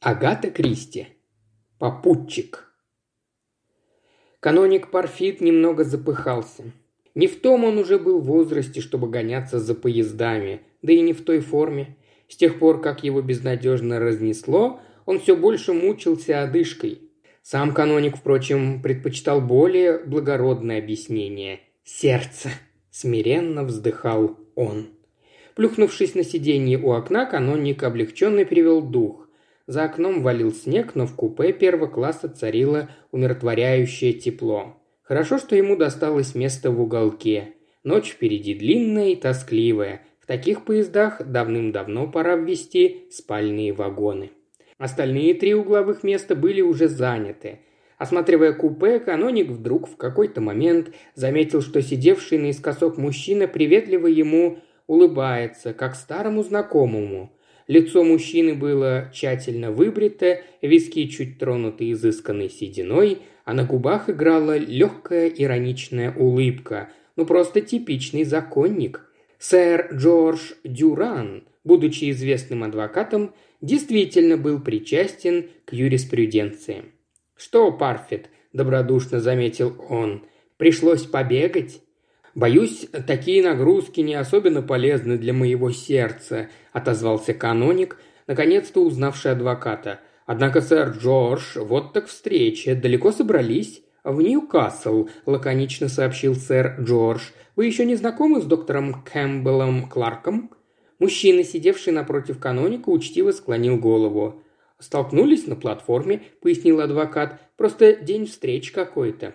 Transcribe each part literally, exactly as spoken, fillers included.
Агата Кристи. Попутчик. Каноник Парфит немного запыхался. Не в том он уже был в возрасте, чтобы гоняться за поездами, да и не в той форме. С тех пор, как его безнадежно разнесло, он все больше мучился одышкой. Сам каноник, впрочем, предпочитал более благородное объяснение. «Сердце!» – смиренно вздыхал он. Плюхнувшись на сиденье у окна, каноник облегченно перевел дух. За окном валил снег, но в купе первого класса царило умиротворяющее тепло. Хорошо, что ему досталось место в уголке. Ночь впереди длинная и тоскливая. В таких поездах давным-давно пора ввести спальные вагоны. Остальные три угловых места были уже заняты. Осматривая купе, каноник вдруг в какой-то момент заметил, что сидевший наискосок мужчина приветливо ему улыбается, как старому знакомому. Лицо мужчины было тщательно выбрито, виски чуть тронуты изысканной сединой, а на губах играла легкая ироничная улыбка. Ну, просто типичный законник. Сэр Джордж Дюран, будучи известным адвокатом, действительно был причастен к юриспруденции. «Что, Парфит?» – добродушно заметил он. «Пришлось побегать?» «Боюсь, такие нагрузки не особенно полезны для моего сердца», – отозвался каноник, наконец-то узнавший адвоката. «Однако, сэр Джордж, вот так встреча. Далеко собрались?» «В Ньюкасл», – лаконично сообщил сэр Джордж. «Вы еще не знакомы с доктором Кэмпбеллом Кларком?» Мужчина, сидевший напротив каноника, учтиво склонил голову. «Столкнулись на платформе», – пояснил адвокат. «Просто день встреч какой-то».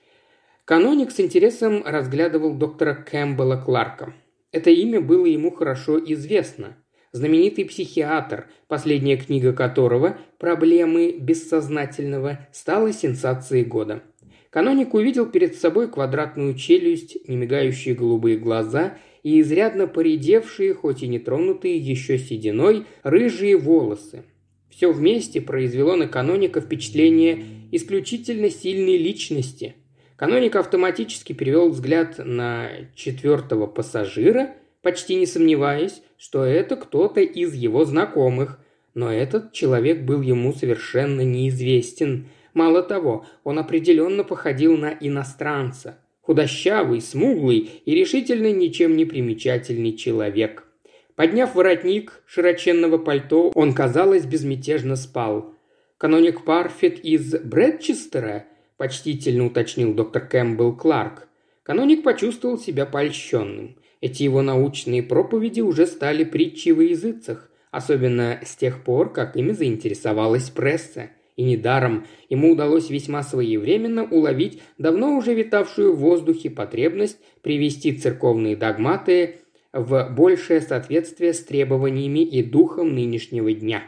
Каноник с интересом разглядывал доктора Кэмпбелла Кларка. Это имя было ему хорошо известно. Знаменитый психиатр, последняя книга которого «Проблемы бессознательного» стала сенсацией года. Каноник увидел перед собой квадратную челюсть, немигающие голубые глаза и изрядно поредевшие, хоть и не тронутые еще сединой, рыжие волосы. Все вместе произвело на каноника впечатление исключительно сильной личности. Каноник автоматически перевел взгляд на четвертого пассажира, почти не сомневаясь, что это кто-то из его знакомых. Но этот человек был ему совершенно неизвестен. Мало того, он определенно походил на иностранца. Худощавый, смуглый и решительно ничем не примечательный человек. Подняв воротник широченного пальто, он, казалось, безмятежно спал. «Каноник Парфит из Брэдчестера?» – почтительно уточнил доктор Кэмпбелл Кларк. Каноник почувствовал себя польщенным. Эти его научные проповеди уже стали притчей во языцах, особенно с тех пор, как ими заинтересовалась пресса. И недаром ему удалось весьма своевременно уловить давно уже витавшую в воздухе потребность привести церковные догматы в большее соответствие с требованиями и духом нынешнего дня.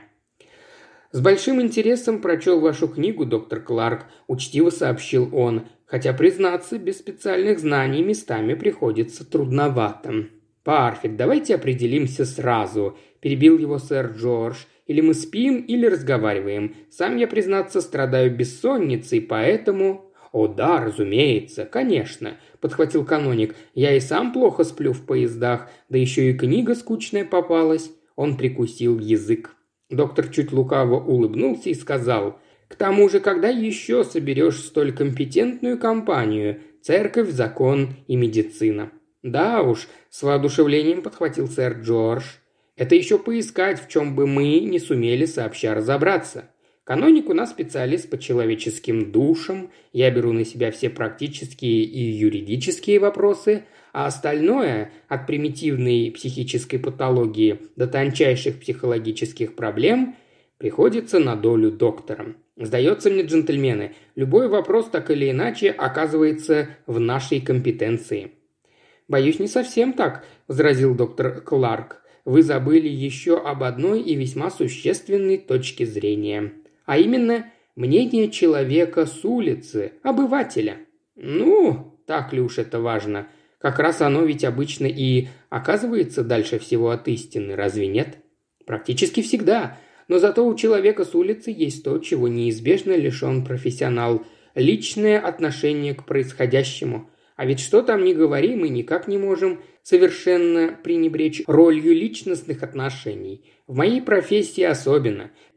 «С большим интересом прочел вашу книгу, доктор Кларк», – учтиво сообщил он, хотя, признаться, без специальных знаний местами приходится трудновато. «Парфит, давайте определимся сразу», – перебил его сэр Джордж. «Или мы спим, или разговариваем. Сам я, признаться, страдаю бессонницей, поэтому...» «О да, разумеется, конечно», – подхватил каноник. «Я и сам плохо сплю в поездах, да еще и книга скучная попалась». Он прикусил язык. Доктор чуть лукаво улыбнулся и сказал: «К тому же, когда еще соберешь столь компетентную компанию? Церковь, закон и медицина». «Да уж», – с воодушевлением подхватил сэр Джордж. «Это еще поискать, в чем бы мы не сумели сообща разобраться. Каноник у нас специалист по человеческим душам, я беру на себя все практические и юридические вопросы, а остальное, от примитивной психической патологии до тончайших психологических проблем, приходится на долю доктора. Сдается мне, джентльмены, любой вопрос так или иначе оказывается в нашей компетенции». «Боюсь, не совсем так», – возразил доктор Кларк. «Вы забыли еще об одной и весьма существенной точке зрения, а именно мнение человека с улицы, обывателя». «Ну, так ли уж это важно? Как раз оно ведь обычно и оказывается дальше всего от истины, разве нет?» «Практически всегда. Но зато у человека с улицы есть то, чего неизбежно лишен профессионал – личное отношение к происходящему. А ведь что там ни говори, мы никак не можем совершенно пренебречь ролью личностных отношений. В моей профессии особенно.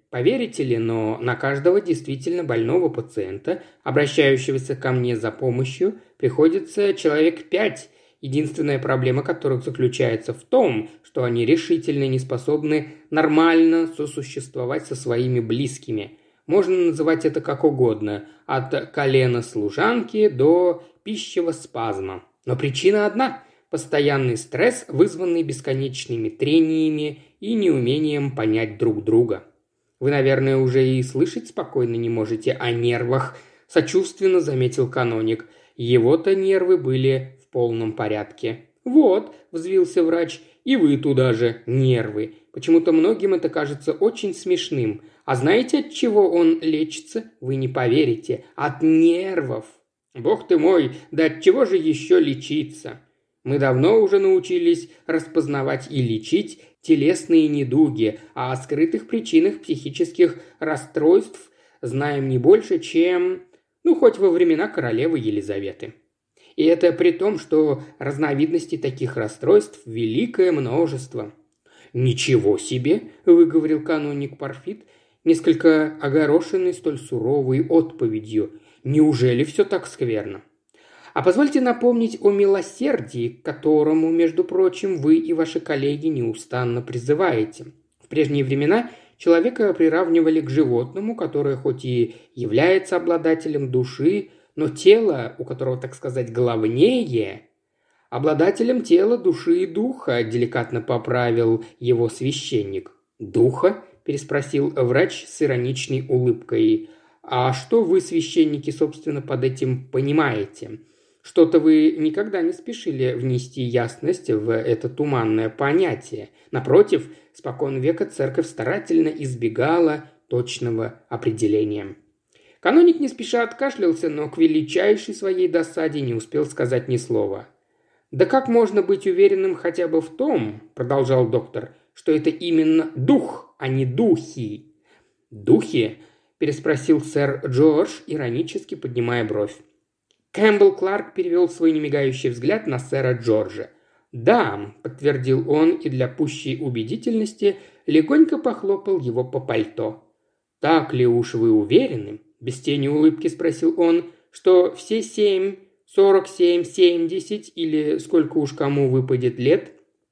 Поверите ли, но на каждого действительно больного пациента, обращающегося ко мне за помощью, приходится человек пять, единственная проблема которых заключается в том, что они решительно не способны нормально сосуществовать со своими близкими. Можно называть это как угодно, от колена служанки до пищевого спазма. Но причина одна – постоянный стресс, вызванный бесконечными трениями и неумением понять друг друга. Вы, наверное, уже и слышать спокойно не можете о нервах, сочувственно заметил каноник. Его-то нервы были в полном порядке. Вот, взвился врач, и вы туда же, нервы. Почему-то многим это кажется очень смешным. А знаете, от чего он лечится? Вы не поверите. От нервов. Бог ты мой, да от чего же еще лечиться? Мы давно уже научились распознавать и лечить телесные недуги, а о скрытых причинах психических расстройств знаем не больше, чем, ну, хоть во времена королевы Елизаветы. И это при том, что разновидностей таких расстройств великое множество. «Ничего себе!» – выговорил каноник Парфит, несколько огорошенный столь суровой отповедью. «Неужели все так скверно?» А позвольте напомнить о милосердии, к которому, между прочим, вы и ваши коллеги неустанно призываете. В прежние времена человека приравнивали к животному, которое хоть и является обладателем души, но тело, у которого, так сказать, главнее, обладателем тела, души и духа, деликатно поправил его священник. «Духа?» – переспросил врач с ироничной улыбкой. «А что вы, священники, собственно, под этим понимаете?» Что-то вы никогда не спешили внести ясность в это туманное понятие. Напротив, спокон века церковь старательно избегала точного определения. Каноник не спеша откашлялся, но к величайшей своей досаде не успел сказать ни слова. «Да как можно быть уверенным хотя бы в том, — продолжал доктор, — что это именно дух, а не духи?» «Духи?» – переспросил сэр Джордж, иронически поднимая бровь. Кэмпбелл Кларк перевел свой немигающий взгляд на сэра Джорджа. «Да», – подтвердил он и для пущей убедительности легонько похлопал его по пальто. «Так ли уж вы уверены?» – без тени улыбки спросил он, – «что все семь, сорок семь, семьдесят или сколько уж кому выпадет лет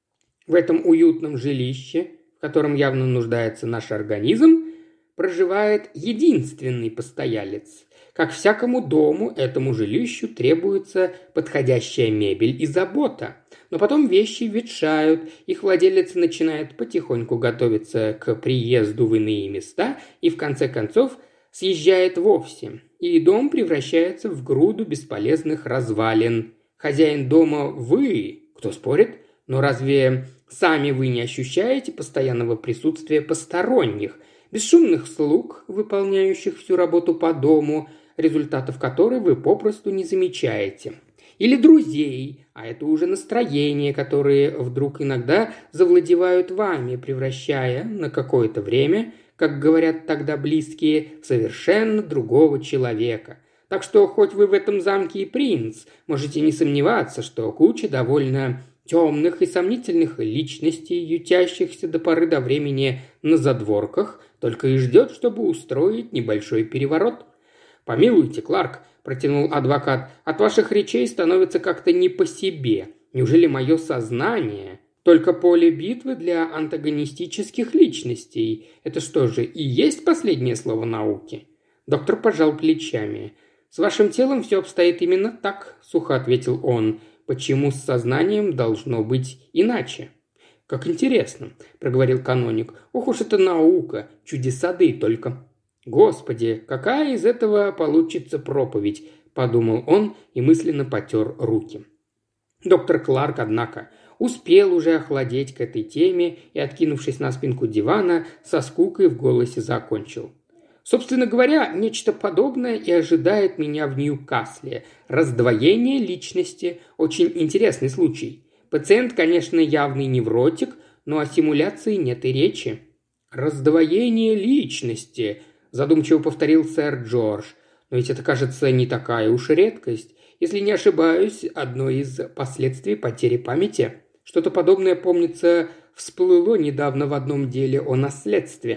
в этом уютном жилище, в котором явно нуждается наш организм, проживает единственный постоялец. Как всякому дому, этому жилищу требуется подходящая мебель и забота. Но потом вещи ветшают, их владелец начинает потихоньку готовиться к приезду в иные места и в конце концов съезжает вовсе. И дом превращается в груду бесполезных развалин. Хозяин дома вы, кто спорит, но разве сами вы не ощущаете постоянного присутствия посторонних, бесшумных слуг, выполняющих всю работу по дому, результатов которой вы попросту не замечаете? Или друзей, а это уже настроения, которые вдруг иногда завладевают вами, превращая на какое-то время, как говорят тогда близкие, в совершенно другого человека. Так что хоть вы в этом замке и принц, можете не сомневаться, что куча довольно темных и сомнительных личностей, ютящихся до поры до времени на задворках, только и ждет, чтобы устроить небольшой переворот. «Помилуйте, Кларк», – протянул адвокат, – «от ваших речей становится как-то не по себе. Неужели мое сознание только поле битвы для антагонистических личностей? Это что же, и есть последнее слово науки?» Доктор пожал плечами. «С вашим телом все обстоит именно так», – сухо ответил он. «Почему с сознанием должно быть иначе?» «Как интересно», – проговорил каноник. «Ох уж это наука, чудеса да и только». «Господи, какая из этого получится проповедь?» – подумал он и мысленно потер руки. Доктор Кларк, однако, успел уже охладеть к этой теме и, откинувшись на спинку дивана, со скукой в голосе закончил. «Собственно говоря, нечто подобное и ожидает меня в Ньюкасле. Раздвоение личности – очень интересный случай. Пациент, конечно, явный невротик, но о симуляции нет и речи». «Раздвоение личности», – задумчиво повторил сэр Джордж. «Но ведь это, кажется, не такая уж редкость. Если не ошибаюсь, одно из последствий потери памяти. Что-то подобное, помнится, всплыло недавно в одном деле о наследстве».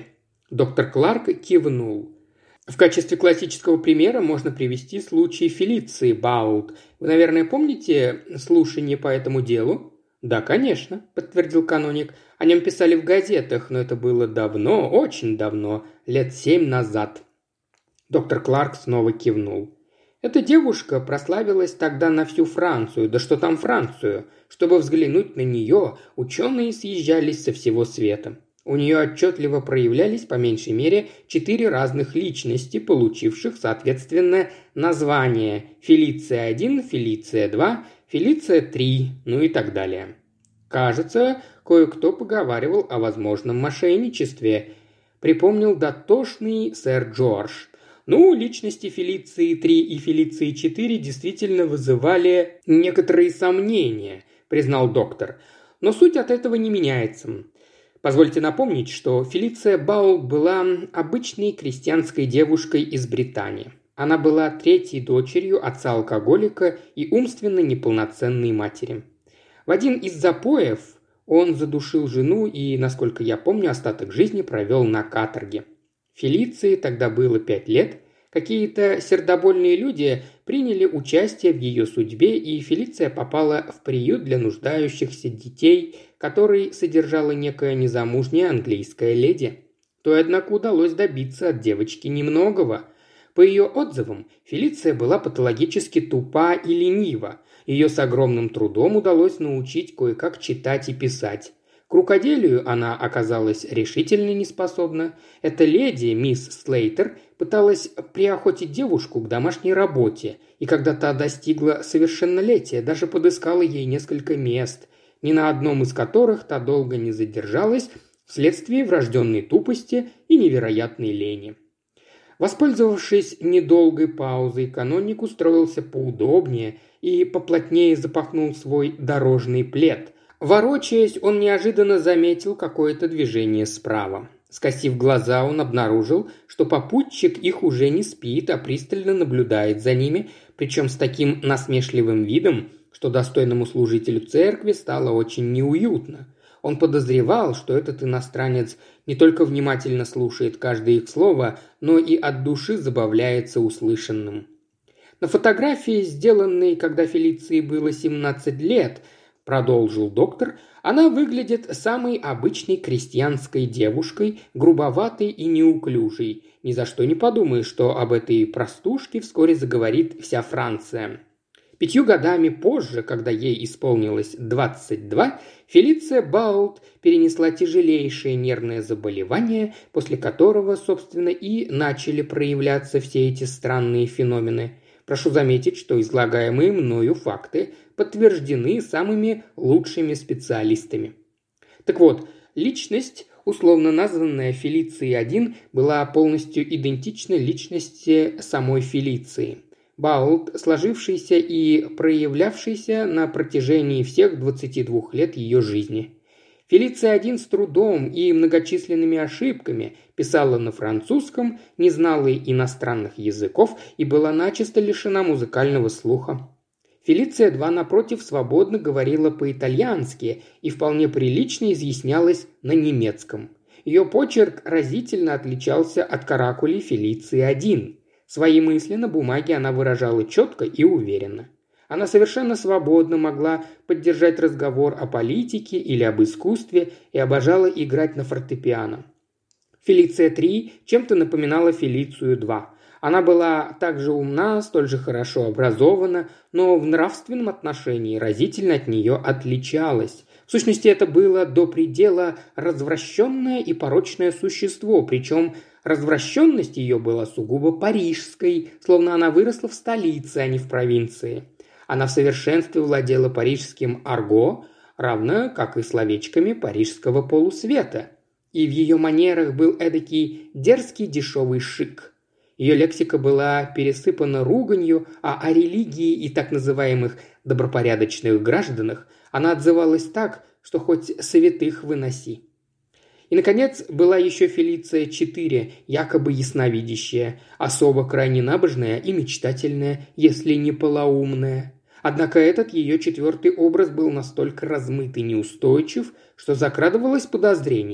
Доктор Кларк кивнул. В качестве классического примера можно привести случай Фелиции Баулт. Вы, наверное, помните слушание по этому делу? «Да, конечно», – подтвердил каноник. «О нем писали в газетах, но это было давно, очень давно, лет семь назад». Доктор Кларк снова кивнул. Эта девушка прославилась тогда на всю Францию, да что там Францию. Чтобы взглянуть на нее, ученые съезжались со всего света. У нее отчетливо проявлялись, по меньшей мере, четыре разных личности, получивших, соответственно, названия Фелиция один, Фелиция два, Фелиция три, ну и так далее. Кажется, кое-кто поговаривал о возможном мошенничестве, припомнил дотошный сэр Джордж. Ну, личности Фелиции три и Фелиции четыре действительно вызывали некоторые сомнения, признал доктор. Но суть от этого не меняется. Позвольте напомнить, что Фелиция Баулт была обычной крестьянской девушкой из Британии. Она была третьей дочерью отца-алкоголика и умственно неполноценной матери. В один из запоев он задушил жену и, насколько я помню, остаток жизни провел на каторге. Фелиции тогда было пять лет. Какие-то сердобольные люди приняли участие в ее судьбе, и Фелиция попала в приют для нуждающихся детей, который содержала некая незамужняя английская леди. То, однако, удалось добиться от девочки немногого. По ее отзывам, Фелиция была патологически тупа и ленива. Ее с огромным трудом удалось научить кое-как читать и писать. К рукоделию она оказалась решительно неспособна. Эта леди, мисс Слейтер, пыталась приохотить девушку к домашней работе, и когда та достигла совершеннолетия, даже подыскала ей несколько мест, ни на одном из которых та долго не задержалась вследствие врожденной тупости и невероятной лени. Воспользовавшись недолгой паузой, каноник устроился поудобнее и поплотнее запахнул свой дорожный плед. Ворочаясь, он неожиданно заметил какое-то движение справа. Скосив глаза, он обнаружил, что попутчик их уже не спит, а пристально наблюдает за ними, причем с таким насмешливым видом, что достойному служителю церкви стало очень неуютно. Он подозревал, что этот иностранец не только внимательно слушает каждое их слово, но и от души забавляется услышанным. На фотографии, сделанной, когда Фелиции было семнадцать лет, продолжил доктор, она выглядит самой обычной крестьянской девушкой, грубоватой и неуклюжей. Ни за что не подумаешь, что об этой простушке вскоре заговорит вся Франция. Пятью годами позже, когда ей исполнилось двадцать два, Фелиция Баулт перенесла тяжелейшее нервное заболевание, после которого, собственно, и начали проявляться все эти странные феномены. Прошу заметить, что излагаемые мною факты подтверждены самыми лучшими специалистами. Так вот, личность, условно названная Фелицией один, была полностью идентична личности самой Фелиции. Баулт, сложившийся и проявлявшийся на протяжении всех двадцати двух лет ее жизни. Фелиция один с трудом и многочисленными ошибками писала на французском, не знала иностранных языков и была начисто лишена музыкального слуха. Фелиция два, напротив, свободно говорила по-итальянски и вполне прилично изъяснялась на немецком. Ее почерк разительно отличался от каракулей Фелиции один. Свои мысли на бумаге она выражала четко и уверенно. Она совершенно свободно могла поддержать разговор о политике или об искусстве и обожала играть на фортепиано. Фелиция три чем-то напоминала Фелицию два. Она была также умна, столь же хорошо образована, но в нравственном отношении разительно от нее отличалась. В сущности, это было до предела развращенное и порочное существо, причем развращенность ее была сугубо парижской, словно она выросла в столице, а не в провинции. Она в совершенстве владела парижским арго, равно как и словечками парижского полусвета. И в ее манерах был эдакий дерзкий дешевый шик. Ее лексика была пересыпана руганью, а о религии и так называемых добропорядочных гражданах она отзывалась так, что хоть святых выноси. И, наконец, была еще Фелиция четыре, якобы ясновидящая, особо крайне набожная и мечтательная, если не полоумная. Однако этот ее четвертый образ был настолько размыт и неустойчив, что закрадывалось подозрение,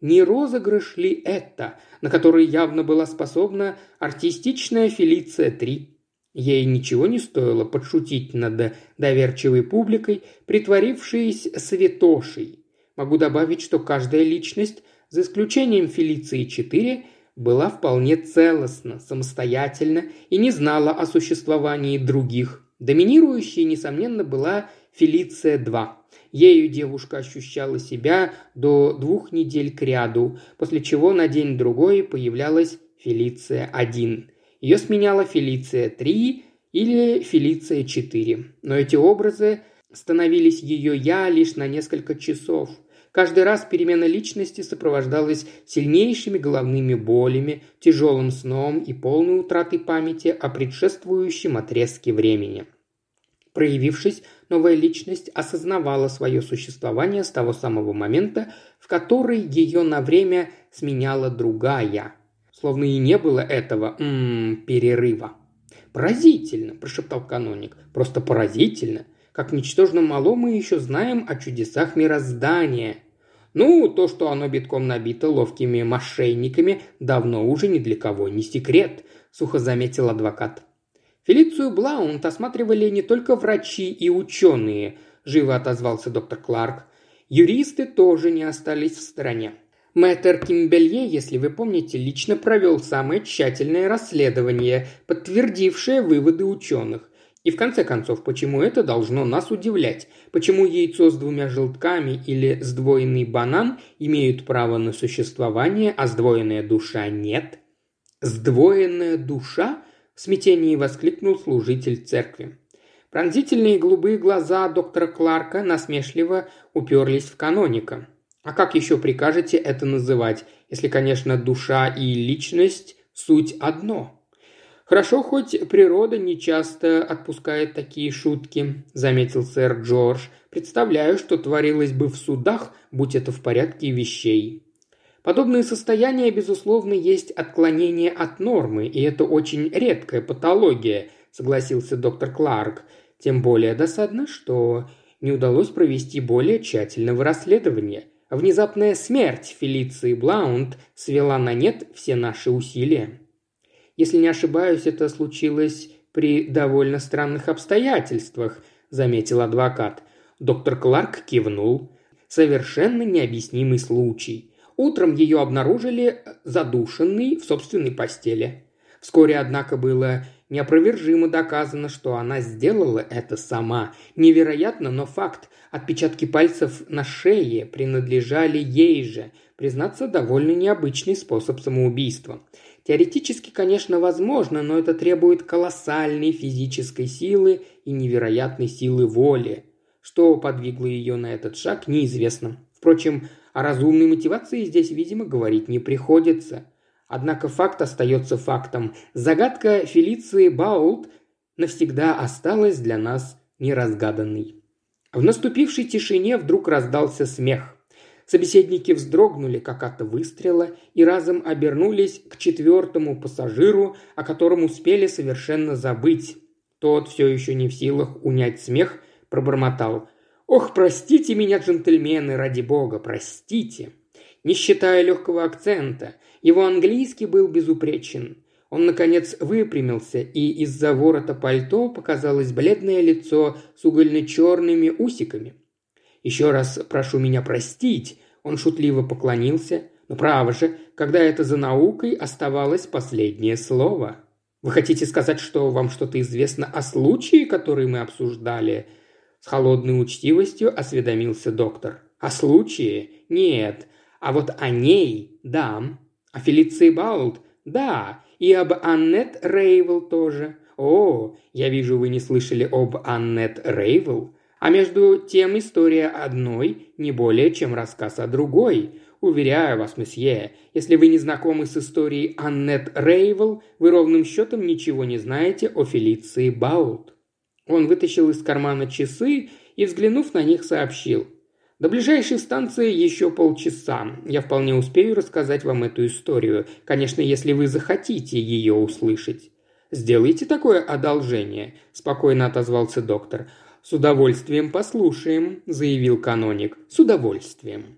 не розыгрыш ли это, на который явно была способна артистичная Фелиция три. Ей ничего не стоило подшутить над доверчивой публикой, притворившейся святошей. Могу добавить, что каждая личность, за исключением Фелиции четыре, была вполне целостна, самостоятельна и не знала о существовании других. Доминирующей, несомненно, была Фелиция два. Ею девушка ощущала себя до двух недель кряду, после чего на день-другой появлялась Фелиция один. Ее сменяла Фелиция три или Фелиция четыре. Но эти образы становились ее «я» лишь на несколько часов. Каждый раз перемена личности сопровождалась сильнейшими головными болями, тяжелым сном и полной утратой памяти о предшествующем отрезке времени. Проявившись, новая личность осознавала свое существование с того самого момента, в который ее на время сменяла другая. Словно и не было этого м-м, перерыва. «Поразительно!» – прошептал каноник. «Просто поразительно! Как ничтожно мало мы еще знаем о чудесах мироздания. Ну, то, что оно битком набито ловкими мошенниками, давно уже ни для кого не секрет», – сухо заметил адвокат. «Фелицию Блаунт осматривали не только врачи и ученые», – живо отозвался доктор Кларк. «Юристы тоже не остались в стороне. Мэтр Кимбелье, если вы помните, лично провел самое тщательное расследование, подтвердившее выводы ученых. И в конце концов, почему это должно нас удивлять? Почему яйцо с двумя желтками или сдвоенный банан имеют право на существование, а сдвоенная душа нет?» «Сдвоенная душа?» – в смятении воскликнул служитель церкви. Пронзительные голубые глаза доктора Кларка насмешливо уперлись в каноника. «А как еще прикажете это называть, если, конечно, душа и личность – суть одно?» «Хорошо, хоть природа нечасто отпускает такие шутки», – заметил сэр Джордж. «Представляю, что творилось бы в судах, будь это в порядке вещей». «Подобные состояния, безусловно, есть отклонение от нормы, и это очень редкая патология», – согласился доктор Кларк. «Тем более досадно, что не удалось провести более тщательного расследования. Внезапная смерть Фелиции Блаунт свела на нет все наши усилия». «Если не ошибаюсь, это случилось при довольно странных обстоятельствах», – заметил адвокат. Доктор Кларк кивнул. «Совершенно необъяснимый случай. Утром ее обнаружили задушенной в собственной постели. Вскоре, однако, было неопровержимо доказано, что она сделала это сама. Невероятно, но факт. Отпечатки пальцев на шее принадлежали ей же. Признаться, довольно необычный способ самоубийства. Теоретически, конечно, возможно, но это требует колоссальной физической силы и невероятной силы воли. Что подвигло ее на этот шаг, неизвестно. Впрочем, о разумной мотивации здесь, видимо, говорить не приходится. Однако факт остается фактом. Загадка Фелиции Блаунт навсегда осталась для нас неразгаданной. В наступившей тишине вдруг раздался смех. Собеседники вздрогнули, как от выстрела, и разом обернулись к четвертому пассажиру, о котором успели совершенно забыть. Тот, все еще не в силах унять смех, пробормотал: «Ох, простите меня, джентльмены, ради бога, простите!» Не считая легкого акцента, его английский был безупречен. Он, наконец, выпрямился, и из-за ворота пальто показалось бледное лицо с угольно-черными усиками. «Еще раз прошу меня простить», – он шутливо поклонился, – «но право же, когда это за наукой оставалось последнее слово. Вы хотите сказать, что вам что-то известно о случае, который мы обсуждали?» С холодной учтивостью осведомился доктор. «О случае? Нет. А вот о ней – да. О Фелиции Блаунт – да. И об Аннет Рейвел тоже. О, я вижу, вы не слышали об Аннет Рейвел. А между тем история одной не более, чем рассказ о другой. Уверяю вас, месье, если вы не знакомы с историей Аннет Рейвел, вы ровным счетом ничего не знаете о Фелиции Блаунт». Он вытащил из кармана часы и, взглянув на них, сообщил: «До ближайшей станции еще полчаса. Я вполне успею рассказать вам эту историю, конечно, если вы захотите ее услышать». «Сделайте такое одолжение», – спокойно отозвался доктор. «С удовольствием послушаем», – заявил каноник. «С удовольствием».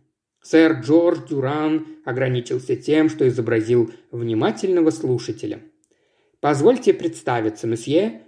Сэр Джордж Дюран ограничился тем, что изобразил внимательного слушателя. «Позвольте представиться, месье.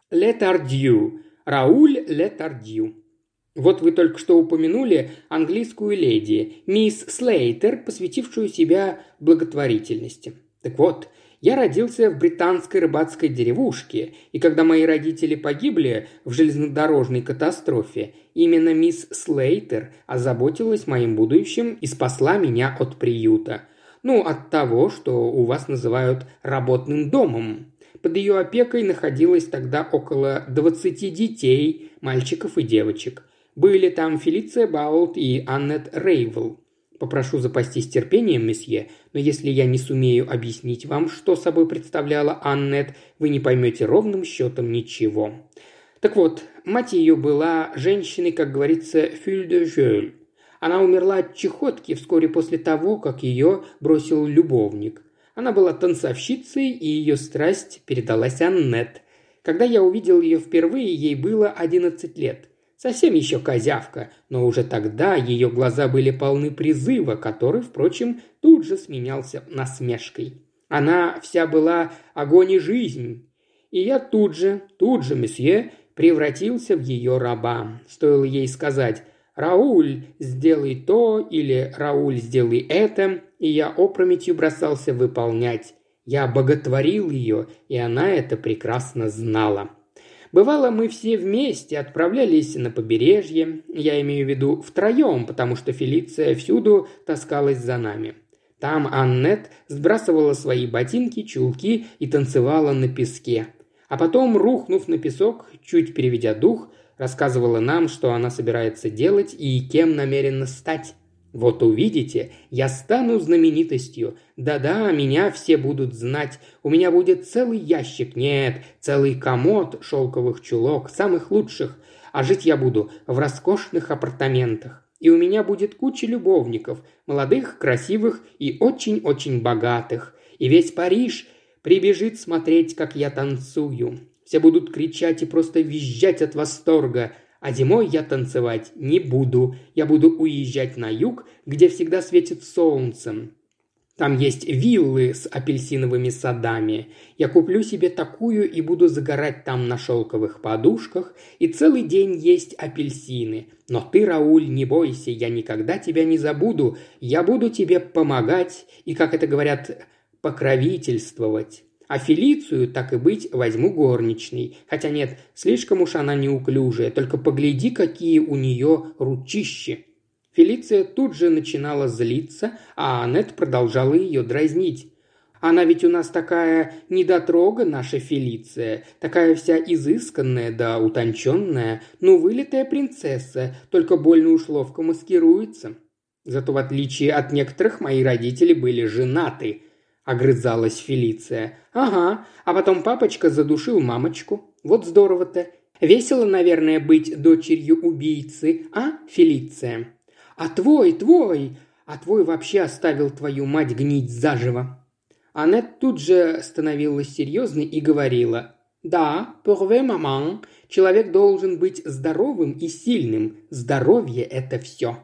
Летардью. Рауль Летардью. Вот вы только что упомянули английскую леди, мисс Слейтер, посвятившую себя благотворительности. Так вот, я родился в британской рыбацкой деревушке, и когда мои родители погибли в железнодорожной катастрофе, именно мисс Слейтер озаботилась моим будущим и спасла меня от приюта. Ну, от того, что у вас называют работным домом. Под ее опекой находилось тогда около двадцати детей, мальчиков и девочек. Были там Фелиция Баулт и Аннет Рейвел. Попрошу запастись терпением, месье, но если я не сумею объяснить вам, что собой представляла Аннет, вы не поймете ровным счетом ничего. Так вот, мать ее была женщиной, как говорится, «фюль де жёль». Она умерла от чехотки вскоре после того, как ее бросил любовник. Она была танцовщицей, и ее страсть передалась Аннет. Когда я увидел ее впервые, ей было одиннадцать лет. Совсем еще козявка, но уже тогда ее глаза были полны призыва, который, впрочем, тут же сменялся насмешкой. Она вся была огонь и жизнь. И я тут же, тут же, месье, превратился в ее раба. Стоило ей сказать «Рауль, сделай то» или «Рауль, сделай это», и я опрометью бросался выполнять. Я боготворил ее, и она это прекрасно знала. Бывало, мы все вместе отправлялись на побережье, я имею в виду втроем, потому что Фелиция всюду таскалась за нами. Там Аннет сбрасывала свои ботинки, чулки и танцевала на песке. А потом, рухнув на песок, чуть переведя дух, рассказывала нам, что она собирается делать и кем намерена стать. Вот увидите, я стану знаменитостью. Да-да, меня все будут знать. У меня будет целый ящик, нет, целый комод шелковых чулок, самых лучших. А жить я буду в роскошных апартаментах. И у меня будет куча любовников, молодых, красивых и очень-очень богатых. И весь Париж прибежит смотреть, как я танцую. Все будут кричать и просто визжать от восторга. А зимой я танцевать не буду. Я буду уезжать на юг, где всегда светит солнцем. Там есть виллы с апельсиновыми садами. Я куплю себе такую и буду загорать там на шелковых подушках и целый день есть апельсины. Но ты, Рауль, не бойся, я никогда тебя не забуду. Я буду тебе помогать и, как это говорят, покровительствовать. А Фелицию, так и быть, возьму горничной. Хотя нет, слишком уж она неуклюжая, только погляди, какие у нее ручищи. Фелиция тут же начинала злиться, а Аннет продолжала ее дразнить. Она ведь у нас такая недотрога, наша Фелиция, такая вся изысканная да утонченная, ну вылитая принцесса, только больно уж ловко маскируется. Зато в отличие от некоторых мои родители были женаты –— огрызалась Фелиция. «Ага, а потом папочка задушил мамочку. Вот здорово-то. Весело, наверное, быть дочерью убийцы, а, Фелиция? А твой, твой, а твой вообще оставил твою мать гнить заживо». Аннет тут же становилась серьезной и говорила. «Да, pourvoi, маман, человек должен быть здоровым и сильным. Здоровье – это все».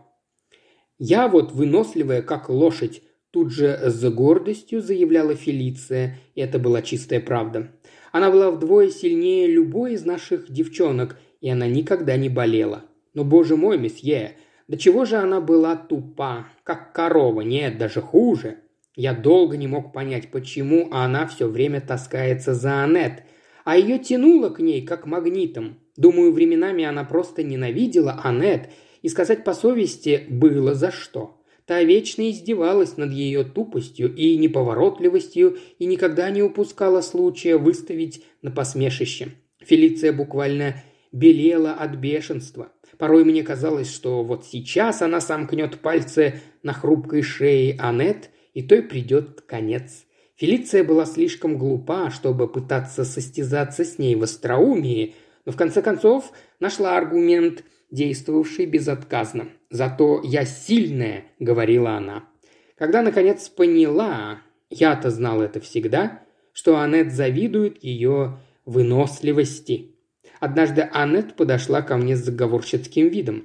«Я вот выносливая, как лошадь», тут же с гордостью заявляла Фелиция, и это была чистая правда. Она была вдвое сильнее любой из наших девчонок, и она никогда не болела. Но, боже мой, месье, до чего же она была тупа, как корова, нет, даже хуже. Я долго не мог понять, почему она все время таскается за Аннет, а ее тянуло к ней, как магнитом. Думаю, временами она просто ненавидела Аннет, и сказать по совести было за что. Та вечно издевалась над ее тупостью и неповоротливостью и никогда не упускала случая выставить на посмешище. Фелиция буквально белела от бешенства. Порой мне казалось, что вот сейчас она сомкнет пальцы на хрупкой шее Аннет, и той придет конец. Фелиция была слишком глупа, чтобы пытаться состязаться с ней в остроумии, но в конце концов нашла аргумент, действовавший безотказно. «Зато я сильная», — говорила она. Когда, наконец, поняла, я-то знал это всегда, что Аннет завидует ее выносливости. Однажды Аннет подошла ко мне с заговорщицким видом.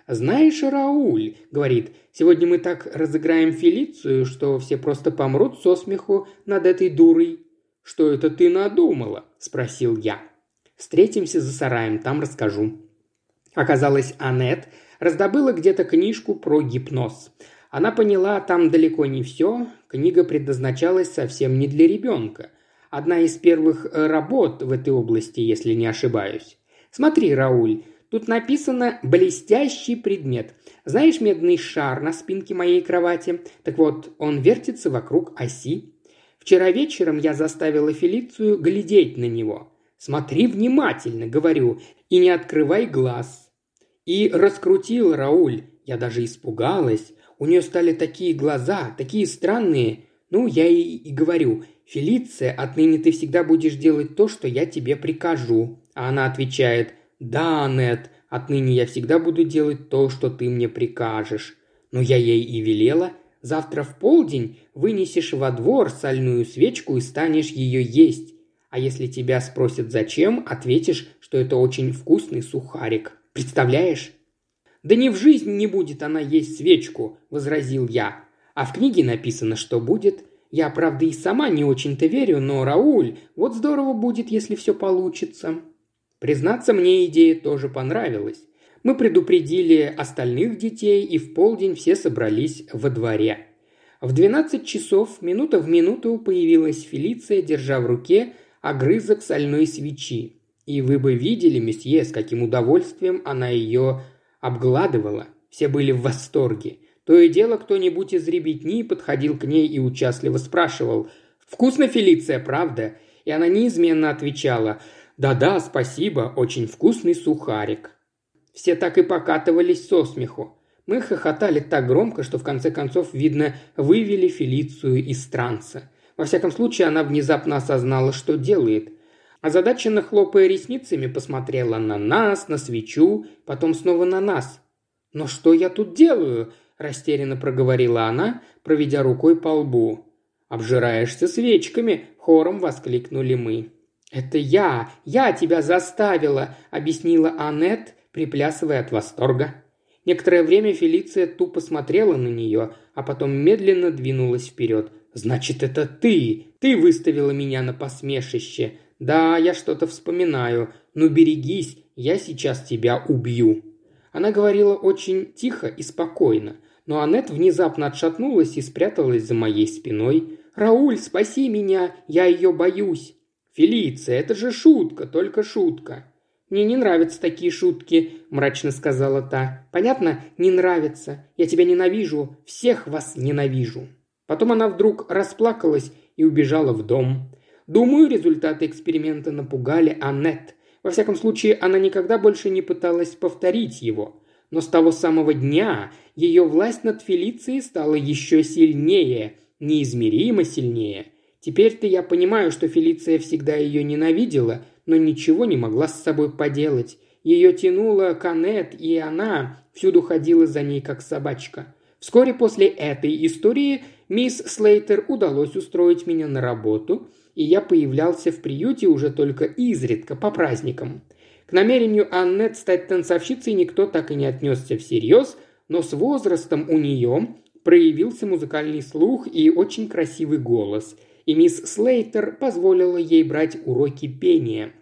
«Знаешь, Рауль, — говорит, — сегодня мы так разыграем Фелицию, что все просто помрут со смеху над этой дурой». «Что это ты надумала?» – спросил я. «Встретимся за сараем, там расскажу». Оказалось, Аннет раздобыла где-то книжку про гипноз. Она поняла там далеко не все, книга предназначалась совсем не для ребенка. Одна из первых работ в этой области, если не ошибаюсь. «Смотри, Рауль, тут написано «блестящий предмет». Знаешь медный шар на спинке моей кровати? Так вот, он вертится вокруг оси. Вчера вечером я заставила Фелицию глядеть на него. «Смотри внимательно», — говорю, — «и не открывай глаз». И раскрутила Рауль. Я даже испугалась. У нее стали такие глаза, такие странные. Ну, я ей и говорю: «Фелиция, отныне ты всегда будешь делать то, что я тебе прикажу». А она отвечает: «Да, Аннет, отныне я всегда буду делать то, что ты мне прикажешь». Но я ей и велела: «Завтра в полдень вынесешь во двор сальную свечку и станешь ее есть. А если тебя спросят зачем, ответишь, что это очень вкусный сухарик. Представляешь?» «Да ни в жизнь не будет она есть свечку», – возразил я. «А в книге написано, что будет. Я, правда, и сама не очень-то верю, но, Рауль, вот здорово будет, если все получится». Признаться, мне идея тоже понравилась. Мы предупредили остальных детей, и в полдень все собрались во дворе. В двенадцать часов минута в минуту появилась Фелиция, держа в руке огрызок сальной свечи. И вы бы видели, месье, с каким удовольствием она ее обгладывала. Все были в восторге. То и дело кто-нибудь из ребятни подходил к ней и участливо спрашивал: «Вкусно, Фелиция, правда?» И она неизменно отвечала: «Да-да, спасибо, очень вкусный сухарик». Все так и покатывались со смеху. Мы хохотали так громко, что в конце концов, видно, вывели Фелицию из транса. Во всяком случае, она внезапно осознала, что делает. Озадаченно хлопая ресницами, посмотрела на нас, на свечу, потом снова на нас. «Но что я тут делаю?» – растерянно проговорила она, проведя рукой по лбу. «Обжираешься свечками!» – хором воскликнули мы. «Это я! Я тебя заставила!» – объяснила Аннет, приплясывая от восторга. Некоторое время Фелиция тупо смотрела на нее, а потом медленно двинулась вперед. «Значит, это ты! Ты выставила меня на посмешище! Да, я что-то вспоминаю. Ну берегись, я сейчас тебя убью!» Она говорила очень тихо и спокойно, но Аннет внезапно отшатнулась и спряталась за моей спиной. «Рауль, спаси меня! Я ее боюсь!» «Фелиция, это же шутка, только шутка!» «Мне не нравятся такие шутки», – мрачно сказала та. «Понятно? Не нравится. Я тебя ненавижу. Всех вас ненавижу». Потом она вдруг расплакалась и убежала в дом. Думаю, результаты эксперимента напугали Аннет. Во всяком случае, она никогда больше не пыталась повторить его. Но с того самого дня ее власть над Фелицией стала еще сильнее, неизмеримо сильнее. Теперь-то я понимаю, что Фелиция всегда ее ненавидела, но ничего не могла с собой поделать. Ее тянуло к Аннет, и она всюду ходила за ней, как собачка. Вскоре после этой истории мисс Слейтер удалось устроить меня на работу, и я появлялся в приюте уже только изредка, по праздникам. К намерению Аннет стать танцовщицей никто так и не отнесся всерьез, но с возрастом у нее проявился музыкальный слух и очень красивый голос, и мисс Слейтер позволила ей брать уроки пения.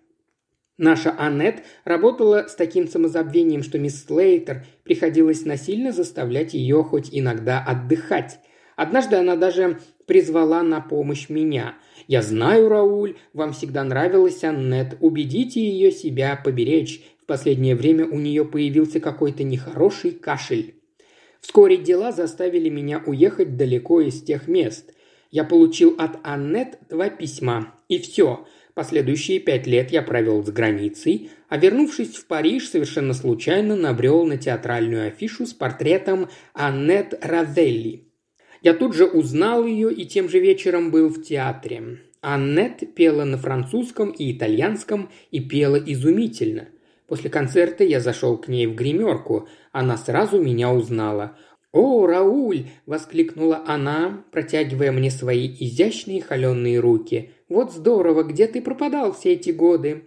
Наша Аннет работала с таким самозабвением, что мисс Слейтер приходилось насильно заставлять ее хоть иногда отдыхать. Однажды она даже призвала на помощь меня. «Я знаю, Рауль, вам всегда нравилась Аннет. Убедите ее себя поберечь. В последнее время у нее появился какой-то нехороший кашель». Вскоре дела заставили меня уехать далеко из тех мест. Я получил от Аннет два письма. И все. Последующие пять лет я провел за границей, а вернувшись в Париж, совершенно случайно набрел на театральную афишу с портретом Аннет Розелли. Я тут же узнал ее и тем же вечером был в театре. Аннет пела на французском и итальянском и пела изумительно. После концерта я зашел к ней в гримерку. Она сразу меня узнала. «О, Рауль!» – воскликнула она, протягивая мне свои изящные холеные руки. «Вот здорово! Где ты пропадал все эти годы?»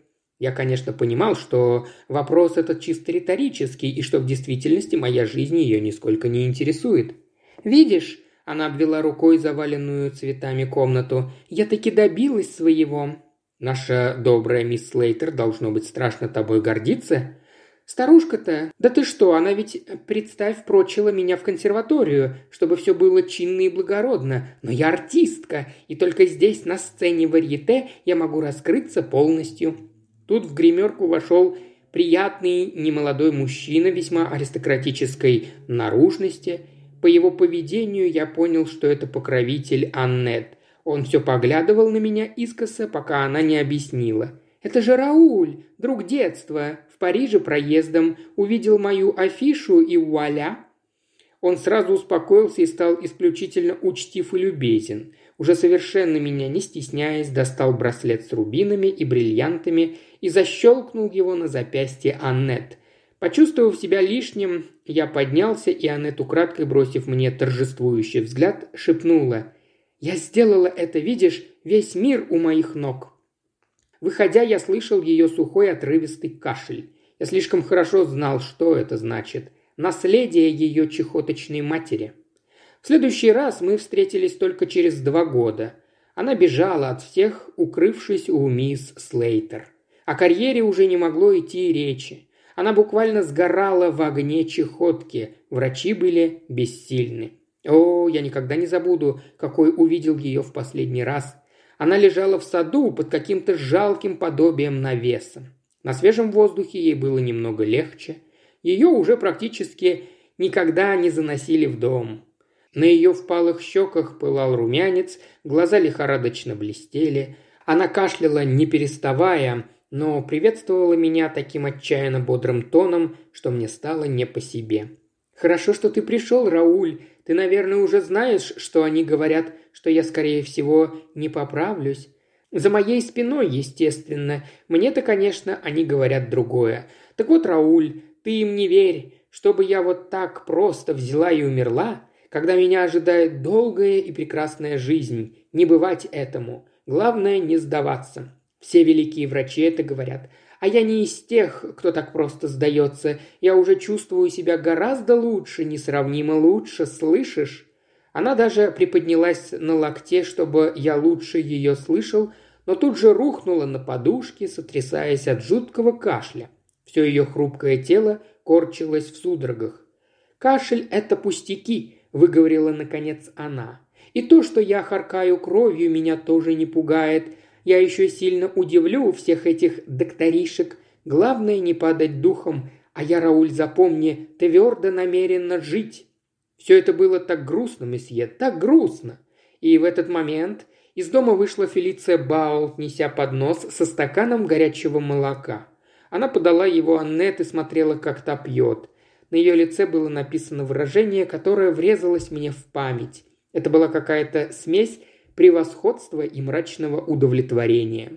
Я, конечно, понимал, что вопрос этот чисто риторический, и что в действительности моя жизнь ее нисколько не интересует. «Видишь?» – она обвела рукой заваленную цветами комнату. «Я таки добилась своего». «Наша добрая мисс Слейтер, должно быть, страшно тобой гордиться?» «Старушка-то? Да ты что, она ведь, представь, прочила меня в консерваторию, чтобы все было чинно и благородно. Но я артистка, и только здесь, на сцене варьете, я могу раскрыться полностью». Тут в гримерку вошел приятный немолодой мужчина весьма аристократической наружности. По его поведению я понял, что это покровитель Аннет. Он все поглядывал на меня искоса, пока она не объяснила. «Это же Рауль, друг детства, в Париже проездом, увидел мою афишу и вуаля». Он сразу успокоился и стал исключительно учтив и любезен. Уже совершенно меня не стесняясь, достал браслет с рубинами и бриллиантами и защелкнул его на запястье Аннет. Почувствовав себя лишним, я поднялся, и Аннет, украдкой бросив мне торжествующий взгляд, шепнула: «Я сделала это, видишь, весь мир у моих ног». Выходя, я слышал ее сухой отрывистый кашель. Я слишком хорошо знал, что это значит. Наследие ее чехоточной матери. В следующий раз мы встретились только через два года. Она бежала от всех, укрывшись у мисс Слейтер. О карьере уже не могло идти и речи. Она буквально сгорала в огне чехотки. Врачи были бессильны. О, я никогда не забуду, какой увидел ее в последний раз. Она лежала в саду под каким-то жалким подобием навеса. На свежем воздухе ей было немного легче. Ее уже практически никогда не заносили в дом. На ее впалых щеках пылал румянец, глаза лихорадочно блестели. Она кашляла, не переставая, но приветствовала меня таким отчаянно бодрым тоном, что мне стало не по себе. «Хорошо, что ты пришел, Рауль. Ты, наверное, уже знаешь, что они говорят, что я, скорее всего, не поправлюсь. За моей спиной, естественно. Мне-то, конечно, они говорят другое. Так вот, Рауль, ты им не верь. Чтобы я вот так просто взяла и умерла, когда меня ожидает долгая и прекрасная жизнь. Не бывать этому. Главное, не сдаваться. Все великие врачи это говорят. А я не из тех, кто так просто сдается. Я уже чувствую себя гораздо лучше, несравнимо лучше, слышишь?» Она даже приподнялась на локте, чтобы я лучше ее слышал, но тут же рухнула на подушке, сотрясаясь от жуткого кашля. Все ее хрупкое тело корчилось в судорогах. «Кашель – это пустяки», – выговорила наконец она. «И то, что я харкаю кровью, меня тоже не пугает. Я еще сильно удивлю всех этих докторишек. Главное не падать духом, а я, Рауль, запомни, твердо намерена жить». Все это было так грустно, месье, так грустно. И в этот момент из дома вышла Фелиция Баулт, неся поднос со стаканом горячего молока. Она подала его Аннет и смотрела, как та пьет. На ее лице было написано выражение, которое врезалось мне в память. Это была какая-то смесь превосходства и мрачного удовлетворения.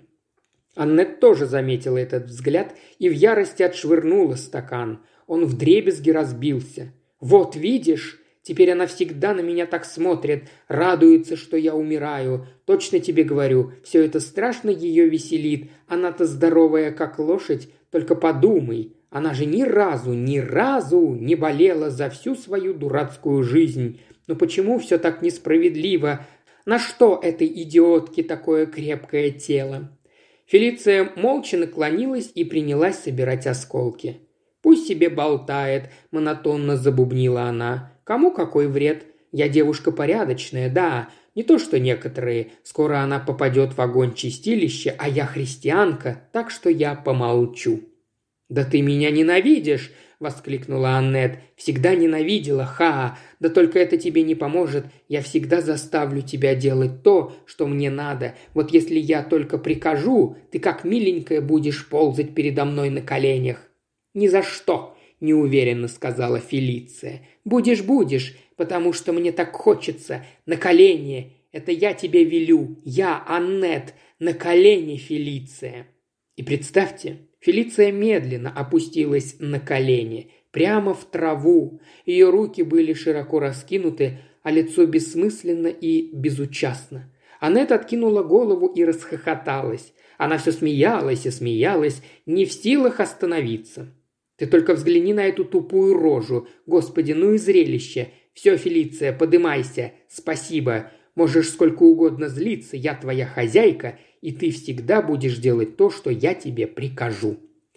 Аннет тоже заметила этот взгляд и в ярости отшвырнула стакан. Он вдребезги разбился. «Вот видишь, теперь она всегда на меня так смотрит, радуется, что я умираю. Точно тебе говорю, все это страшно ее веселит. Она-то здоровая, как лошадь, только подумай. Она же ни разу, ни разу не болела за всю свою дурацкую жизнь. Но почему все так несправедливо? На что этой идиотке такое крепкое тело?» Фелиция молча наклонилась и принялась собирать осколки. «Пусть себе болтает», – монотонно забубнила она. «Кому какой вред? Я девушка порядочная, да, не то что некоторые. Скоро она попадет в огонь чистилища, а я христианка, так что я помолчу». «Да ты меня ненавидишь!» – воскликнула Аннет. «Всегда ненавидела, ха! Да только это тебе не поможет. Я всегда заставлю тебя делать то, что мне надо. Вот если я только прикажу, ты как миленькая будешь ползать передо мной на коленях». «Ни за что!» – неуверенно сказала Фелиция. «Будешь, будешь, потому что мне так хочется. На колени. Это я тебе велю. Я, Аннет, на колени, Фелиция». И представьте, Фелиция медленно опустилась на колени, прямо в траву. Ее руки были широко раскинуты, а лицо бессмысленно и безучастно. Аннет откинула голову и расхохоталась. Она все смеялась и смеялась, не в силах остановиться. «Ты только взгляни на эту тупую рожу. Господи, ну и зрелище. Все, Фелиция, подымайся. Спасибо. Можешь сколько угодно злиться, я твоя хозяйка, и ты всегда будешь делать то, что я тебе прикажу».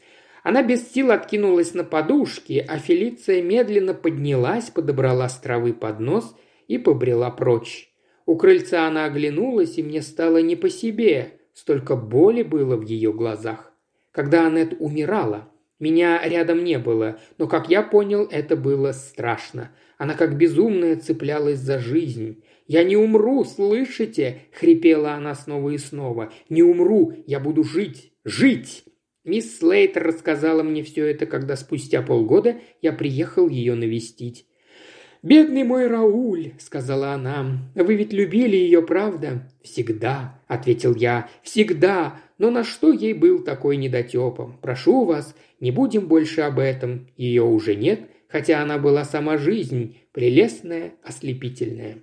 Она без сил откинулась на подушки, а Фелиция медленно поднялась, подобрала с травы поднос и побрела прочь. У крыльца она оглянулась, и мне стало не по себе. Столько боли было в ее глазах. Когда Аннет умирала, меня рядом не было, но, как я понял, это было страшно. Она как безумная цеплялась за жизнь. «Я не умру, слышите?» – хрипела она снова и снова. «Не умру, я буду жить, жить!» Мисс Слейтер рассказала мне все это, когда спустя полгода я приехал ее навестить. «Бедный мой Рауль», – сказала она, – «вы ведь любили ее, правда?» «Всегда», – ответил я, – «всегда. Но на что ей был такой недотепом? Прошу вас, не будем больше об этом. Ее уже нет, хотя она была сама жизнь, прелестная, ослепительная».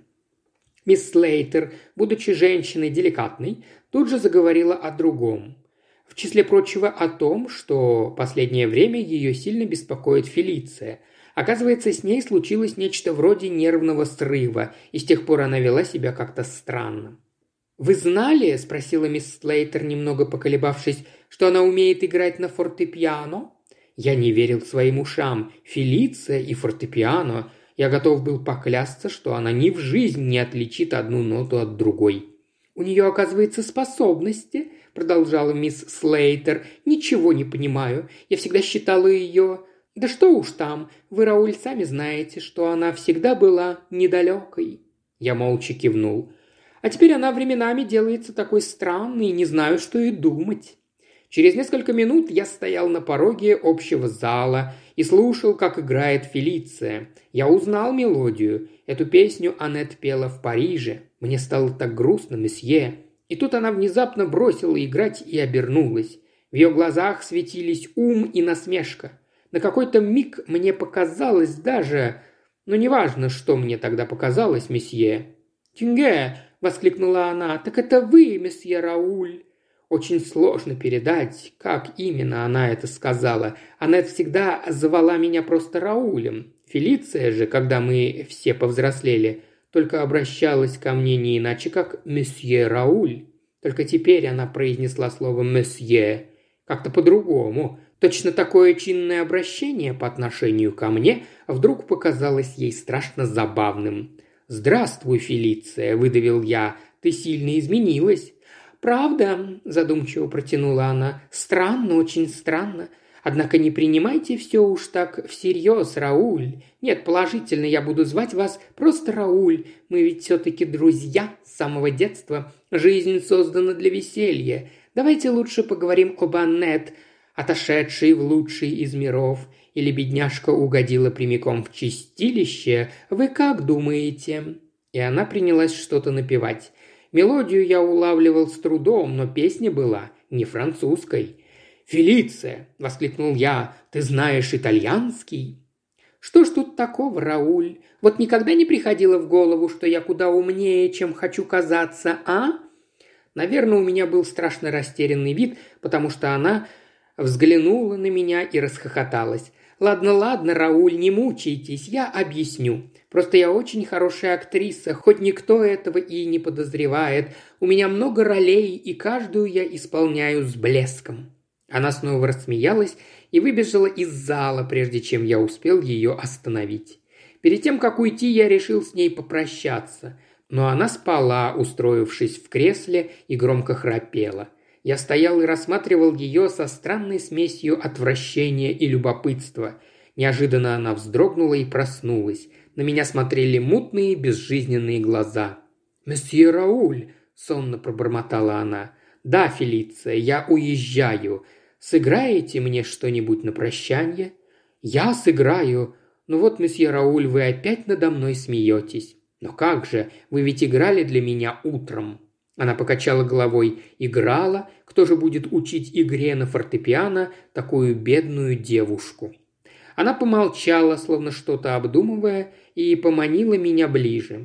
Мисс Слейтер, будучи женщиной деликатной, тут же заговорила о другом. В числе прочего о том, что последнее время ее сильно беспокоит Фелиция. Оказывается, с ней случилось нечто вроде нервного срыва, и с тех пор она вела себя как-то странно. «Вы знали, – спросила мисс Слейтер, немного поколебавшись, – что она умеет играть на фортепиано?» Я не верил своим ушам. Фелиция и фортепиано. Я готов был поклясться, что она ни в жизнь не отличит одну ноту от другой. «У нее, оказывается, способности», – продолжала мисс Слейтер. «Ничего не понимаю. Я всегда считала ее... Да что уж там, вы, Рауль, сами знаете, что она всегда была недалекой». Я молча кивнул. «А теперь она временами делается такой странной, и не знаю, что и думать». Через несколько минут я стоял на пороге общего зала и слушал, как играет Фелиция. Я узнал мелодию. Эту песню Аннет пела в Париже. Мне стало так грустно, месье. И тут она внезапно бросила играть и обернулась. В ее глазах светились ум и насмешка. На какой-то миг мне показалось даже... Но неважно, что мне тогда показалось, месье. «Тюнге!» – воскликнула она. «Так это вы, месье Рауль!» Очень сложно передать, как именно она это сказала. Аннет всегда звала меня просто Раулем. Фелиция же, когда мы все повзрослели, только обращалась ко мне не иначе, как «месье Рауль». Только теперь она произнесла слово «месье» как-то по-другому. Точно такое чинное обращение по отношению ко мне вдруг показалось ей страшно забавным. «Здравствуй, Фелиция», – выдавил я, – «ты сильно изменилась». «Правда», – задумчиво протянула она, – «странно, очень странно. Однако не принимайте все уж так всерьез, Рауль. Нет, положительно, я буду звать вас просто Рауль. Мы ведь все-таки друзья с самого детства. Жизнь создана для веселья. Давайте лучше поговорим об Аннет, отошедшей в лучший из миров. Или бедняжка угодила прямиком в чистилище? Вы как думаете?» И она принялась что-то напевать. Мелодию я улавливал с трудом, но песня была не французской. «Фелиция!» – воскликнул я. «Ты знаешь итальянский?» «Что ж тут такого, Рауль? Вот никогда не приходило в голову, что я куда умнее, чем хочу казаться, а?» Наверное, у меня был страшно растерянный вид, потому что она взглянула на меня и расхохоталась. «Ладно, ладно, Рауль, не мучайтесь, я объясню. Просто я очень хорошая актриса, хоть никто этого и не подозревает. У меня много ролей, и каждую я исполняю с блеском». Она снова рассмеялась и выбежала из зала, прежде чем я успел ее остановить. Перед тем, как уйти, я решил с ней попрощаться. Но она спала, устроившись в кресле, и громко храпела. Я стоял и рассматривал ее со странной смесью отвращения и любопытства. Неожиданно она вздрогнула и проснулась. На меня смотрели мутные, безжизненные глаза. «Месье Рауль!» – сонно пробормотала она. «Да, Фелиция, я уезжаю. Сыграете мне что-нибудь на прощанье?» «Я сыграю. Ну вот, месье Рауль, вы опять надо мной смеетесь. Но как же, вы ведь играли для меня утром». Она покачала головой. «Играла? Кто же будет учить игре на фортепиано такую бедную девушку?» Она помолчала, словно что-то обдумывая, и поманила меня ближе.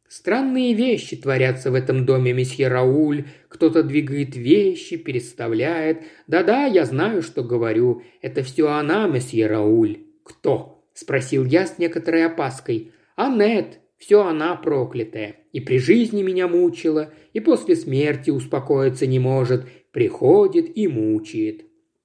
Странные вещи творятся в этом доме, месье Рауль. Кто-то двигает вещи, переставляет. Да-да, я знаю, что говорю. Это все она, месье Рауль. Кто? Спросил я с некоторой опаской. Аннет. Все она проклятая. И при жизни меня мучила, и после смерти успокоиться не может. Приходит и мучает.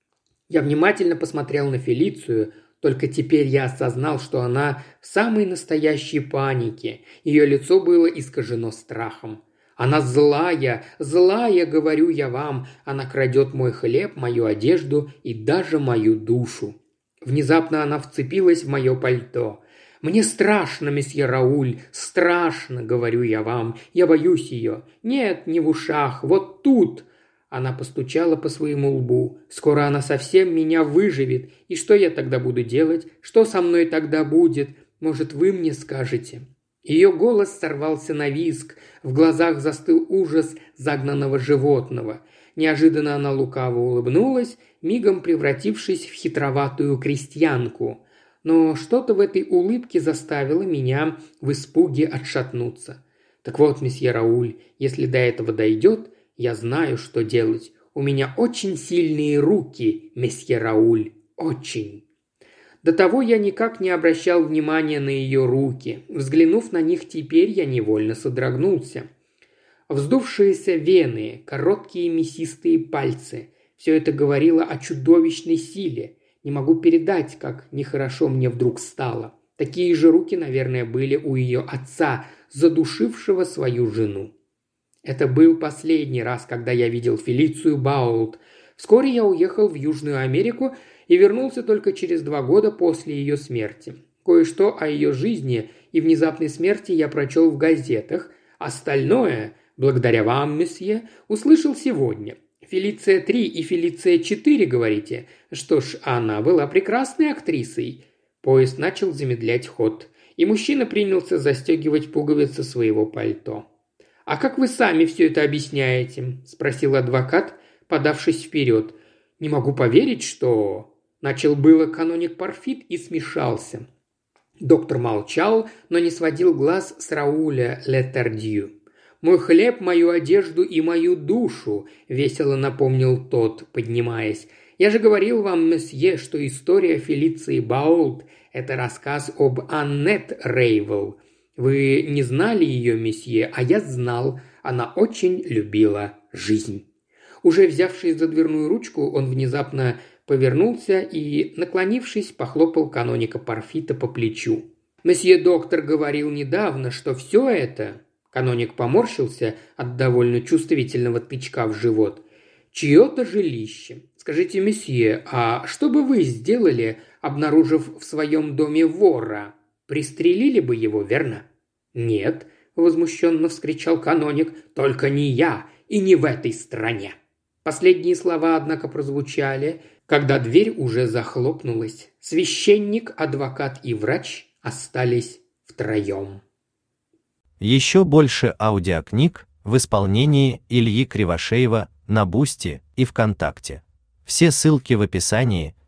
Я внимательно посмотрел на Фелицию. Только теперь я осознал, что она в самой настоящей панике. Ее лицо было искажено страхом. Она злая, злая, говорю я вам. Она крадет мой хлеб, мою одежду и даже мою душу. Внезапно она вцепилась в мое пальто. «Мне страшно, месье Рауль, страшно, говорю я вам. Я боюсь ее. Нет, не в ушах, вот тут». Она постучала по своему лбу. «Скоро она совсем меня выживет. И что я тогда буду делать? Что со мной тогда будет? Может, вы мне скажете?» Ее голос сорвался на визг. В глазах застыл ужас загнанного животного. Неожиданно она лукаво улыбнулась, мигом превратившись в хитроватую крестьянку. Но что-то в этой улыбке заставило меня в испуге отшатнуться. «Так вот, месье Рауль, если до этого дойдет, я знаю, что делать. У меня очень сильные руки, месье Рауль, очень». До того я никак не обращал внимания на ее руки. Взглянув на них теперь, я невольно содрогнулся. Вздувшиеся вены, короткие мясистые пальцы – все это говорило о чудовищной силе. Не могу передать, как нехорошо мне вдруг стало. Такие же руки, наверное, были у ее отца, задушившего свою жену. Это был последний раз, когда я видел Фелицию Баулт. Вскоре я уехал в Южную Америку и вернулся только через два года после ее смерти. Кое-что о ее жизни и внезапной смерти я прочел в газетах. Остальное, благодаря вам, месье, услышал сегодня. Фелиция три и Фелиция четыре, говорите? Что ж, она была прекрасной актрисой. Поезд начал замедлять ход, и мужчина принялся застегивать пуговицы своего пальто. «А как вы сами все это объясняете?» – спросил адвокат, подавшись вперед. «Не могу поверить, что...» Начал было каноник Парфит и смешался. Доктор молчал, но не сводил глаз с Рауля Летардью. «Мой хлеб, мою одежду и мою душу», – весело напомнил тот, поднимаясь. «Я же говорил вам, месье, что история Фелиции Баулт – это рассказ об Аннет Рейвел. Вы не знали ее, месье, а я знал. Она очень любила жизнь». Уже взявшись за дверную ручку, он внезапно повернулся и, наклонившись, похлопал каноника Парфита по плечу. «Месье доктор говорил недавно, что все это...» Каноник поморщился от довольно чувствительного тычка в живот. «Чье-то жилище. Скажите, месье, а что бы вы сделали, обнаружив в своем доме вора? Пристрелили бы его, верно?» «Нет», – возмущенно вскричал каноник, – «только не я и не в этой стране». Последние слова, однако, прозвучали, когда дверь уже захлопнулась. Священник, адвокат и врач остались втроем. Еще больше аудиокниг в исполнении Ильи Кривошеева на Бусти и ВКонтакте. Все ссылки в описании.